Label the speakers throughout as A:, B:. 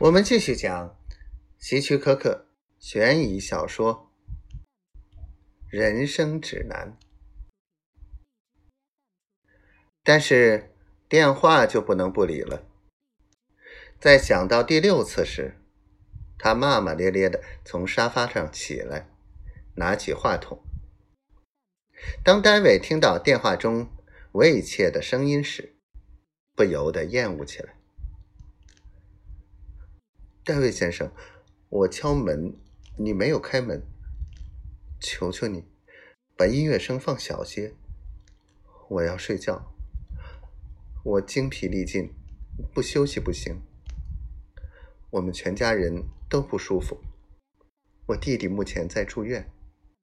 A: 我们继续讲希区柯克悬疑小说《人生指南》。但是电话就不能不理了。在想到第6次时，他骂骂咧咧地从沙发上起来，拿起话筒。当戴维听到电话中畏怯的声音时，不由得厌恶起来。戴维先生，我敲门，你没有开门。求求你，把音乐声放小些。我要睡觉。我精疲力尽，不休息不行。我们全家人都不舒服。我弟弟目前在住院。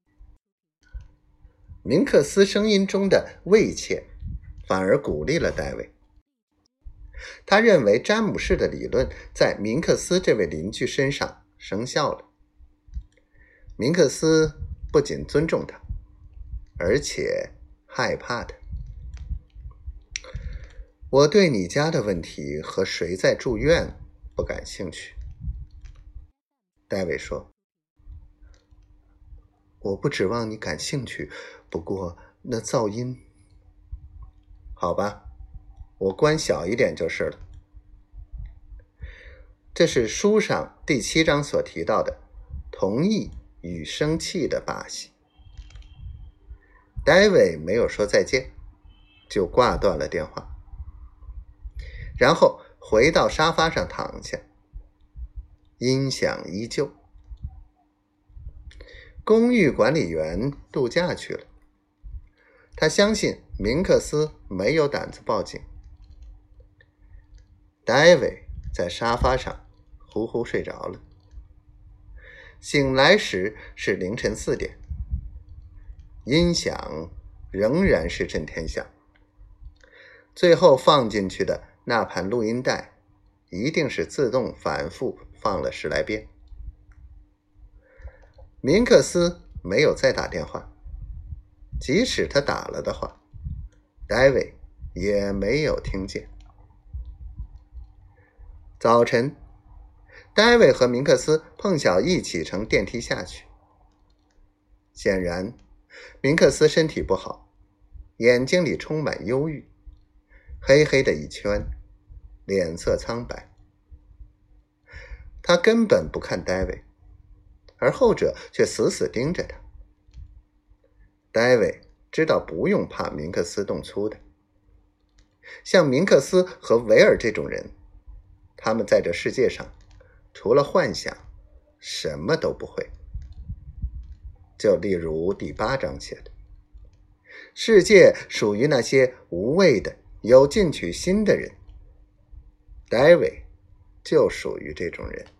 A: 明克斯声音中的畏怯反而鼓励了戴维。他认为詹姆士的理论在明克斯这位邻居身上生效了。明克斯不仅尊重他，而且害怕他。我对你家的问题和谁在住院不感兴趣，戴维说。我不指望你感兴趣，不过那噪音……好吧，我关小一点就是了。这是书上第7章所提到的同意与生气的把戏。戴维没有说再见，就挂断了电话，然后回到沙发上躺下。音响依旧。公寓管理员度假去了。他相信明克斯没有胆子报警。戴维在沙发上呼呼睡着了。醒来时是凌晨4点。音响仍然是震天响。最后放进去的那盘录音带一定是自动反复放了10来遍。明克斯没有再打电话，即使他打了的话，戴维也没有听见。早晨，戴维和明克斯碰巧一起乘电梯下去。显然，明克斯身体不好，眼睛里充满忧郁，黑黑的一圈，脸色苍白。他根本不看戴维，而后者却死死盯着他。戴维知道不用怕明克斯动粗的。像明克斯和维尔这种人，他们在这世界上除了幻想什么都不会。就例如第8章写的，世界属于那些无畏的有进取心的人。戴维就属于这种人。